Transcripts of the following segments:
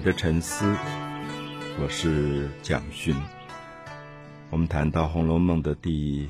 的沉思，我是蒋勋。我们谈到《红楼梦》的第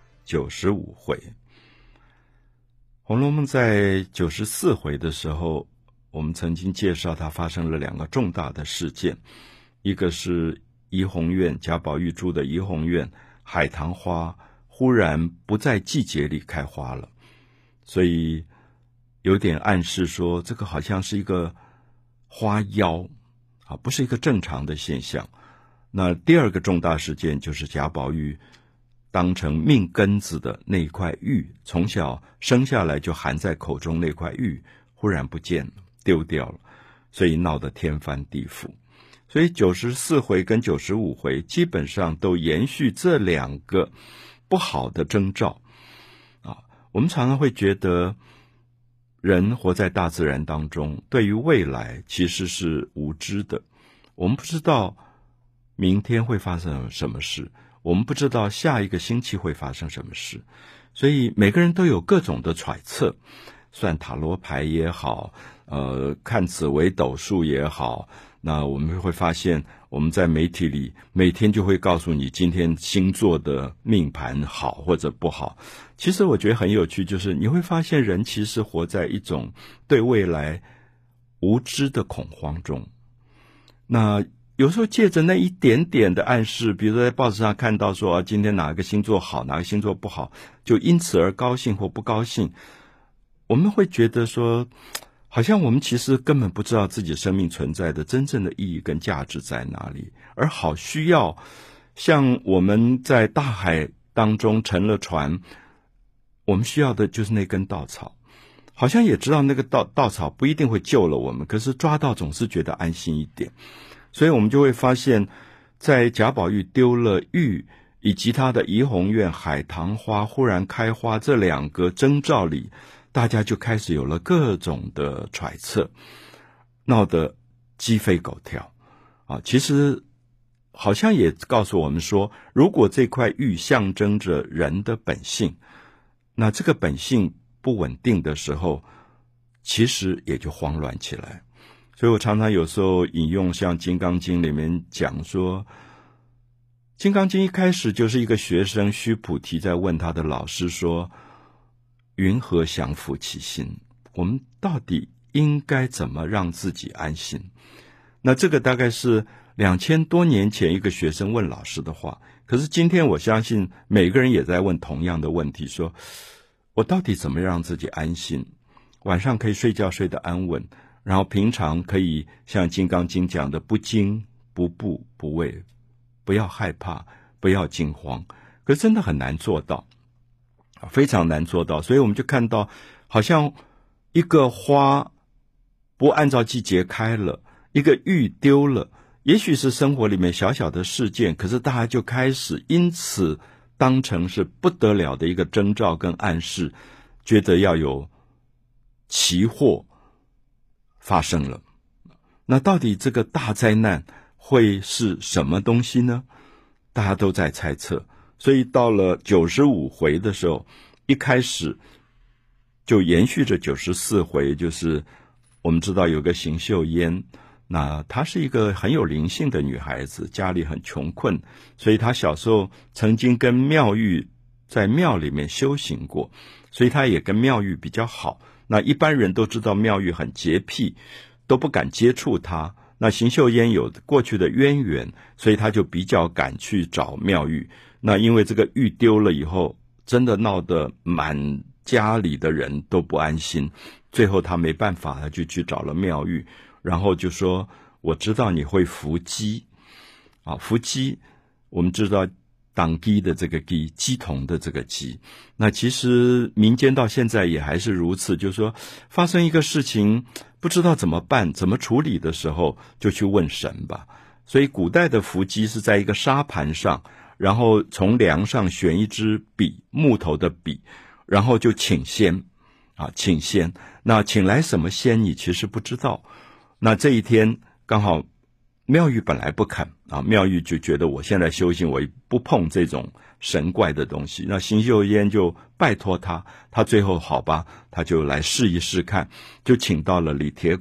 95回。《红楼梦》在94回的时候，我们曾经介绍它发生了2个重大的事件，一个是怡红院，贾宝玉住的怡红院海棠花忽然不在季节里开花了，所以有点暗示说这个好像是一个花妖不是一个正常的现象。那第2个重大事件就是贾宝玉当成命根子的那一块玉，从小生下来就含在口中那块玉忽然不见了，丢掉了，所以闹得天翻地覆。所以94回跟95回基本上都延续这2个不好的征兆我们常常会觉得人活在大自然当中，对于未来其实是无知的。我们不知道明天会发生什么事，我们不知道下一个星期会发生什么事，所以每个人都有各种的揣测，算塔罗牌也好，看紫微斗数也好。那我们会发现我们在媒体里每天就会告诉你今天星座的命盘好或者不好。其实我觉得很有趣，就是你会发现人其实活在一种对未来无知的恐慌中。那有时候借着那一点点的暗示，比如说在报纸上看到说今天哪个星座好，哪个星座不好，就因此而高兴或不高兴，我们会觉得说好像我们其实根本不知道自己生命存在的真正的意义跟价值在哪里，而好需要像我们在大海当中沉了船，我们需要的就是那根稻草，好像也知道那个稻草不一定会救了我们，可是抓到总是觉得安心一点。所以我们就会发现在贾宝玉丢了玉以及他的怡红院海棠花忽然开花这2个征兆里，大家就开始有了各种的揣测，闹得鸡飞狗跳其实好像也告诉我们说，如果这块玉象征着人的本性，那这个本性不稳定的时候，其实也就慌乱起来。所以我常常有时候引用像《金刚经》里面讲说，《金刚经》一开始就是一个学生须菩提在问他的老师说，云何降伏其心？我们到底应该怎么让自己安心？那这个大概是2000多年前一个学生问老师的话，可是今天我相信每个人也在问同样的问题，说我到底怎么让自己安心？晚上可以睡觉睡得安稳，然后平常可以像《金刚经》讲的不惊不怖不畏，不要害怕，不要惊慌。可是真的很难做到，非常难做到。所以我们就看到好像一个花不按照季节开了，一个玉丢了，也许是生活里面小小的事件，可是大家就开始因此当成是不得了的一个征兆跟暗示，觉得要有奇祸发生了。那到底这个大灾难会是什么东西呢？大家都在猜测。所以到了95回的时候，一开始就延续着94回，就是我们知道有个邢岫烟，那她是一个很有灵性的女孩子，家里很穷困，所以她小时候曾经跟妙玉在庙里面修行过，所以她也跟妙玉比较好。那一般人都知道妙玉很洁癖，都不敢接触她。那邢岫烟有过去的渊源，所以她就比较敢去找妙玉。那因为这个玉丢了以后，真的闹得满家里的人都不安心，最后她没办法，她就去找了妙玉，然后就说我知道你会伏鸡伏鸡我们知道党鸡的这个鸡，鸡同的这个鸡。那其实民间到现在也还是如此，就是说发生一个事情不知道怎么办怎么处理的时候，就去问神吧。所以古代的伏鸡是在一个沙盘上，然后从梁上选一支笔，木头的笔，然后就请仙请仙。那请来什么仙你其实不知道。那这一天刚好妙玉本来不肯妙玉就觉得我现在修行，我不碰这种神怪的东西。那邢岫烟就拜托他最后好吧，他就来试一试看，就请到了李铁拐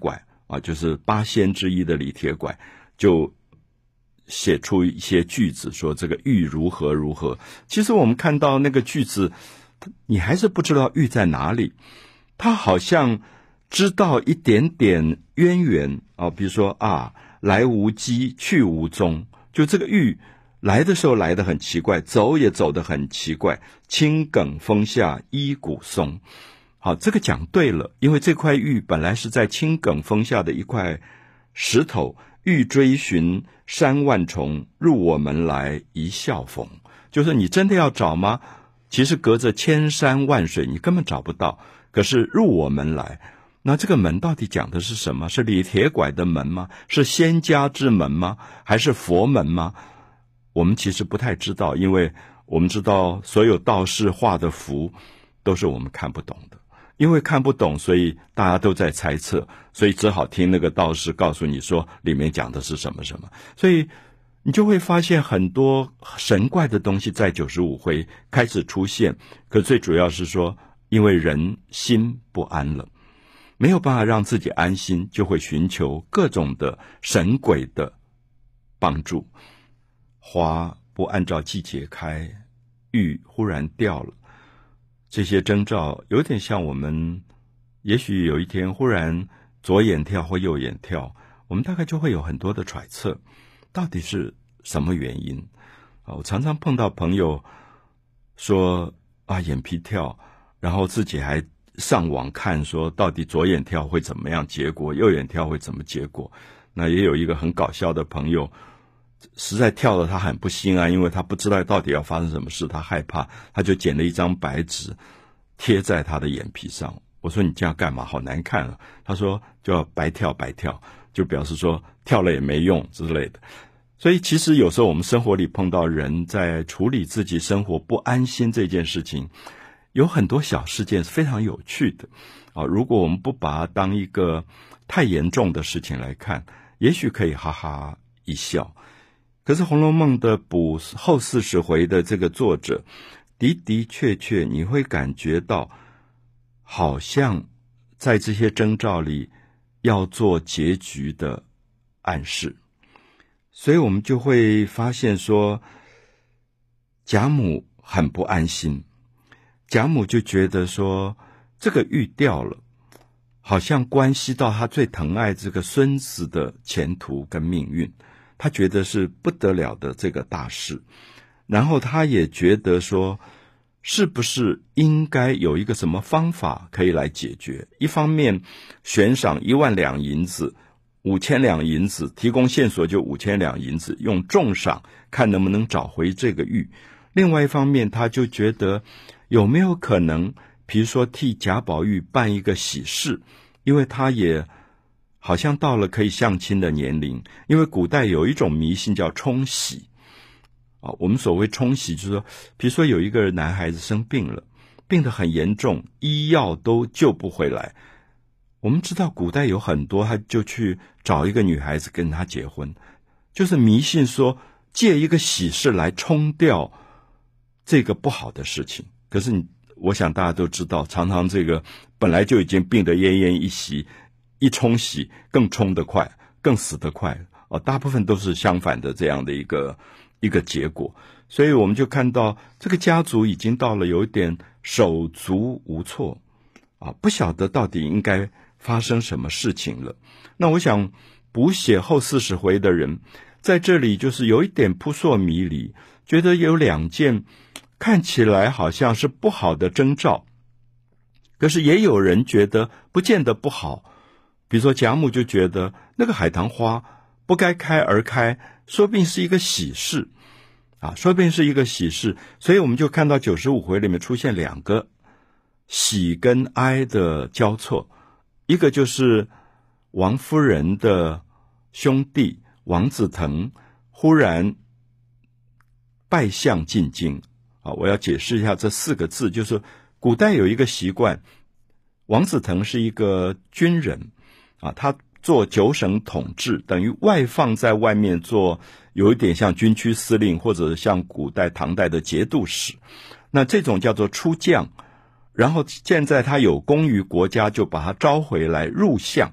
就是八仙之一的李铁拐，就写出一些句子，说这个玉如何如何。其实我们看到那个句子，你还是不知道玉在哪里，他好像知道一点点渊源比如说来无迹去无踪，就这个玉来的时候来得很奇怪，走也走得很奇怪，青埂峰下一古松。好，这个讲对了，因为这块玉本来是在青埂峰下的一块石头，欲追寻山万重，入我门来一笑逢。就是你真的要找吗？其实隔着千山万水你根本找不到，可是入我门来，那这个门到底讲的是什么？是李铁拐的门吗？是仙家之门吗？还是佛门吗？我们其实不太知道，因为我们知道所有道士画的符都是我们看不懂的，因为看不懂，所以大家都在猜测，所以只好听那个道士告诉你说里面讲的是什么什么，所以你就会发现很多神怪的东西在95回开始出现。可最主要是说，因为人心不安了，没有办法让自己安心，就会寻求各种的神鬼的帮助。花不按照季节开，玉忽然掉了，这些征兆有点像我们也许有一天忽然左眼跳或右眼跳，我们大概就会有很多的揣测，到底是什么原因我常常碰到朋友说眼皮跳，然后自己还上网看说到底左眼跳会怎么样结果，右眼跳会怎么结果。那也有一个很搞笑的朋友，实在跳得他很不心安，因为他不知道到底要发生什么事，他害怕，他就捡了一张白纸贴在他的眼皮上。我说你这样干嘛，好难看啊。他说就要白跳白跳，就表示说跳了也没用之类的。所以其实有时候我们生活里碰到人在处理自己生活不安心这件事情，有很多小事件是非常有趣的如果我们不把它当一个太严重的事情来看，也许可以哈哈一笑。可是《红楼梦》的补后40回的这个作者的的确确你会感觉到好像在这些征兆里要做结局的暗示，所以我们就会发现说贾母很不安心，贾母就觉得说这个玉掉了，好像关系到他最疼爱这个孙子的前途跟命运，他觉得是不得了的这个大事。然后他也觉得说是不是应该有一个什么方法可以来解决，一方面悬赏1万两银子，5000两银子，提供线索就5000两银子，用重赏看能不能找回这个玉。另外一方面他就觉得有没有可能比如说替贾宝玉办一个喜事，因为他也好像到了可以相亲的年龄。因为古代有一种迷信叫冲喜我们所谓冲喜就是说，比如说有一个男孩子生病了，病得很严重，医药都救不回来，我们知道古代有很多他就去找一个女孩子跟他结婚，就是迷信说借一个喜事来冲掉这个不好的事情。可是我想大家都知道，常常这个本来就已经病得奄奄一息，一冲喜更冲得快，更死得快大部分都是相反的这样的一个结果。所以我们就看到这个家族已经到了有一点手足无措不晓得到底应该发生什么事情了。那我想补写后40回的人在这里就是有一点扑朔迷离，觉得有2件看起来好像是不好的征兆，可是也有人觉得不见得不好。比如说贾母就觉得那个海棠花不该开而开，说不定是一个喜事说不定是一个喜事。所以我们就看到95回里面出现2个喜跟哀的交错，一个就是王夫人的兄弟王子腾忽然拜相进京我要解释一下这4个字，就是古代有一个习惯，王子腾是一个军人他做9省统治，等于外放在外面做，有一点像军区司令，或者像古代唐代的节度使。那这种叫做出将，然后现在他有功于国家，就把他招回来入相，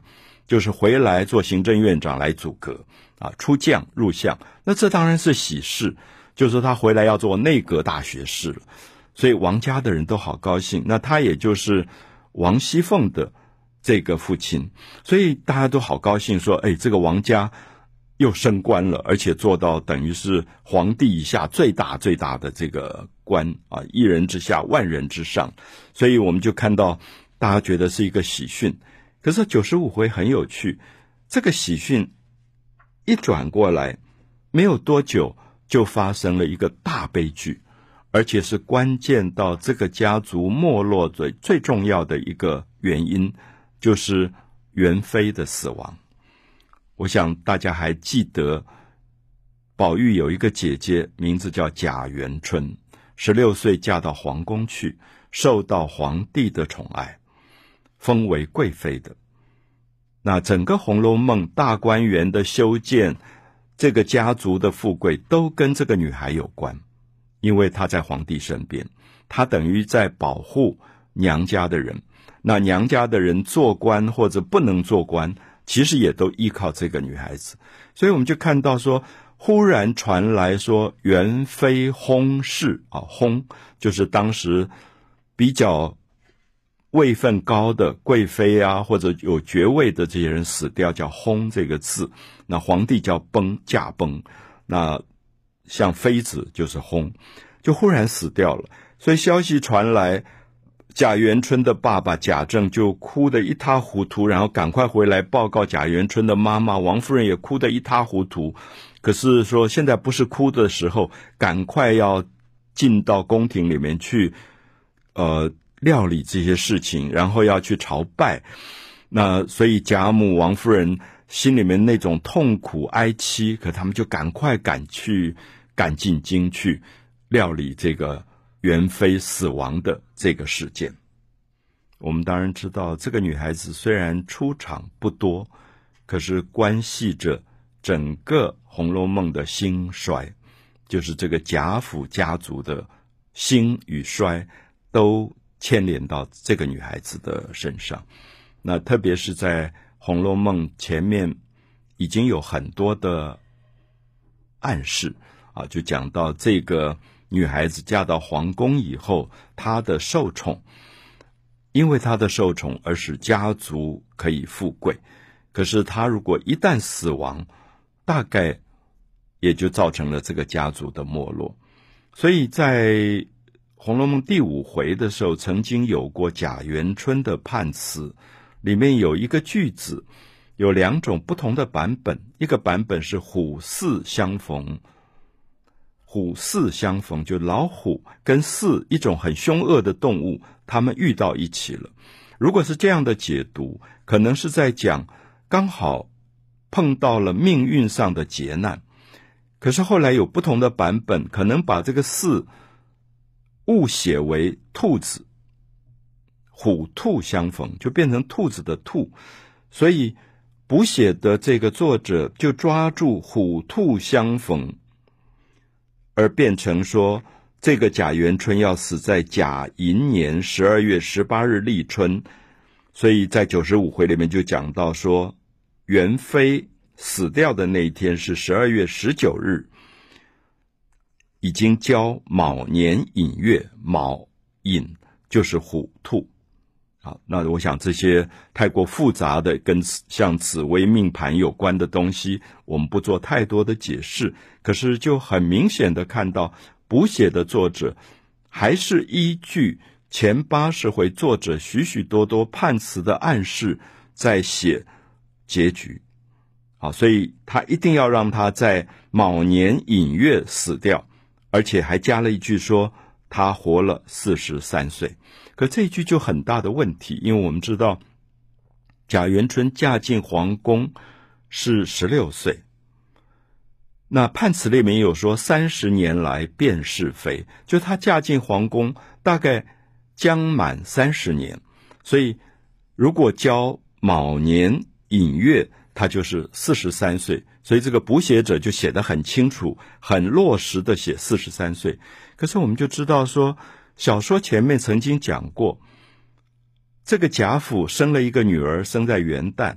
就是回来做行政院长来阻隔出将入相，那这当然是喜事，就是说他回来要做内阁大学士了，所以王家的人都好高兴。那他也就是王熙凤的这个父亲，所以大家都好高兴说，这个王家又升官了，而且做到等于是皇帝以下最大的这个官一人之下万人之上，所以我们就看到大家觉得是一个喜讯。可是95回很有趣，这个喜讯一转过来没有多久就发生了一个大悲剧，而且是关键到这个家族没落最重要的一个原因，就是元妃的死亡。我想大家还记得宝玉有一个姐姐名字叫贾元春，16岁嫁到皇宫去，受到皇帝的宠爱，封为贵妃的。那整个《红楼梦》大观园的修建，这个家族的富贵都跟这个女孩有关，因为她在皇帝身边，她等于在保护娘家的人。那娘家的人做官或者不能做官，其实也都依靠这个女孩子。所以我们就看到说，忽然传来说元妃薨逝薨就是当时比较位分高的贵妃或者有爵位的这些人死掉，叫薨这个字。那皇帝叫崩，驾崩，那像妃子就是薨，就忽然死掉了。所以消息传来，贾元春的爸爸贾政就哭得一塌糊涂，然后赶快回来报告贾元春的妈妈王夫人，也哭得一塌糊涂。可是说现在不是哭的时候，赶快要进到宫廷里面去料理这些事情，然后要去朝拜。那所以贾母王夫人心里面那种痛苦哀戚，可他们就赶快赶进京去料理这个元妃死亡的这个事件。我们当然知道，这个女孩子虽然出场不多，可是关系着整个《红楼梦》的兴衰，就是这个贾府家族的兴与衰都牵连到这个女孩子的身上。那特别是在《红楼梦》前面已经有很多的暗示就讲到这个女孩子嫁到皇宫以后，她的受宠，因为她的受宠而使家族可以富贵，可是她如果一旦死亡，大概也就造成了这个家族的没落。所以在《红楼梦》第5回的时候，曾经有过贾元春的判词，里面有一个句子，有2种不同的版本。一个版本是虎兕相逢，虎兕相逢就老虎跟兕一种很凶恶的动物，他们遇到一起了。如果是这样的解读，可能是在讲刚好碰到了命运上的劫难。可是后来有不同的版本，可能把这个兕误写为兔子，虎兔相逢就变成兔子的兔，所以补写的这个作者就抓住虎兔相逢，而变成说这个贾元春要死在甲寅年12月18日立春。所以在95回里面就讲到说，元妃死掉的那一天是12月19日，已经交卯年寅月，卯寅就是虎兔。好，那我想这些太过复杂的跟像紫微命盘有关的东西，我们不做太多的解释。可是就很明显的看到，补写的作者还是依据前80回作者许许多多判词的暗示在写结局。好，所以他一定要让他在卯年寅月死掉，而且还加了一句说他活了43岁。可这一句就很大的问题，因为我们知道贾元春嫁进皇宫是16岁，那判词里面有说30年来便是妃，就她嫁进皇宫大概将满30年，所以如果交卯年寅月，她就是43岁，所以这个补写者就写得很清楚，很落实的写43岁。可是我们就知道说，小说前面曾经讲过，这个贾府生了一个女儿，生在元旦，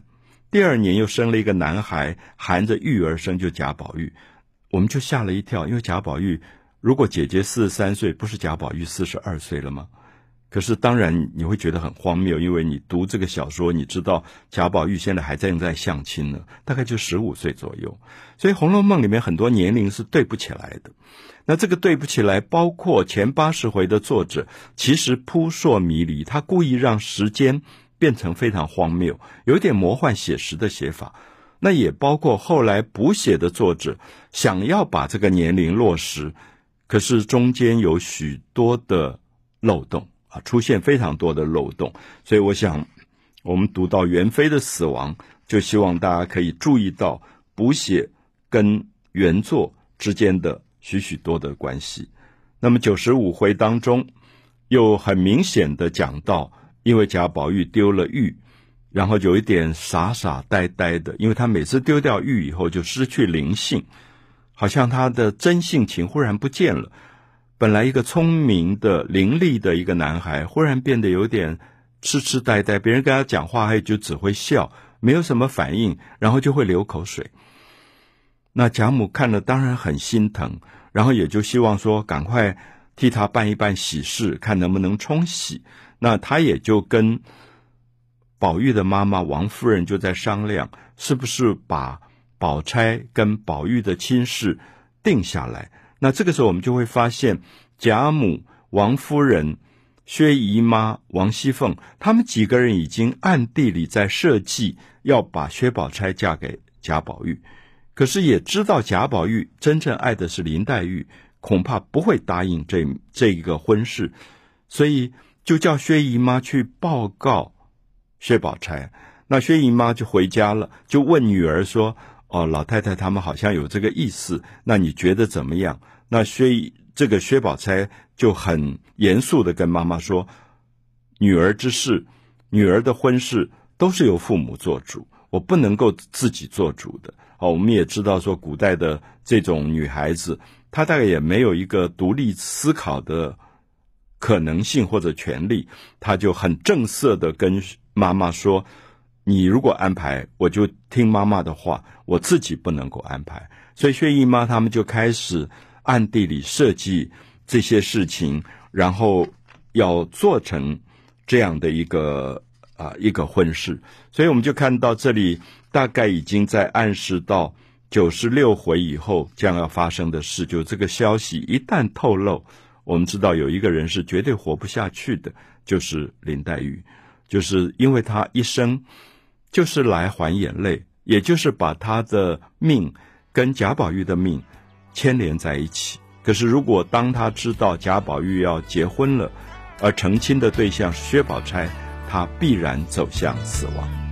第2年又生了一个男孩，含着玉而生，就贾宝玉。我们就吓了一跳，因为贾宝玉如果姐姐43岁，不是贾宝玉42岁了吗？可是当然你会觉得很荒谬，因为你读这个小说，你知道贾宝玉现在还正在相亲呢，大概就15岁左右。所以《红楼梦》里面很多年龄是对不起来的。那这个对不起来，包括前80回的作者其实扑朔迷离，他故意让时间变成非常荒谬，有一点魔幻写实的写法。那也包括后来补写的作者想要把这个年龄落实，可是中间有许多的漏洞啊，出现非常多的漏洞。所以我想我们读到元妃的死亡，就希望大家可以注意到补写跟原作之间的许许多的关系。那么95回当中又很明显的讲到，因为贾宝玉丢了玉，然后有一点傻傻呆呆的，因为他每次丢掉玉以后就失去灵性，好像他的真性情忽然不见了。本来一个聪明的伶俐的一个男孩，忽然变得有点痴痴呆呆，别人跟他讲话他就只会笑，没有什么反应，然后就会流口水。那贾母看了当然很心疼，然后也就希望说赶快替他办一办喜事，看能不能冲喜。那他也就跟宝玉的妈妈王夫人就在商量，是不是把宝钗跟宝玉的亲事定下来。那这个时候我们就会发现，贾母、王夫人、薛姨妈、王熙凤，他们几个人已经暗地里在设计要把薛宝钗嫁给贾宝玉，可是也知道贾宝玉真正爱的是林黛玉，恐怕不会答应这一个婚事，所以就叫薛姨妈去报告薛宝钗。那薛姨妈就回家了，就问女儿说，老太太他们好像有这个意思，那你觉得怎么样？那薛宝钗就很严肃的跟妈妈说，女儿之事，女儿的婚事都是由父母做主，我不能够自己做主的。我们也知道说古代的这种女孩子，她大概也没有一个独立思考的可能性或者权利，她就很正色的跟妈妈说，你如果安排我就听妈妈的话，我自己不能够安排。所以薛姨妈他们就开始暗地里设计这些事情，然后要做成这样的一个婚事。所以我们就看到这里大概已经在暗示到96回以后将要发生的事，就这个消息一旦透露，我们知道有一个人是绝对活不下去的，就是林黛玉，就是因为她一生就是来还眼泪，也就是把她的命跟贾宝玉的命牵连在一起。可是如果当她知道贾宝玉要结婚了，而成亲的对象是薛宝钗，她必然走向死亡。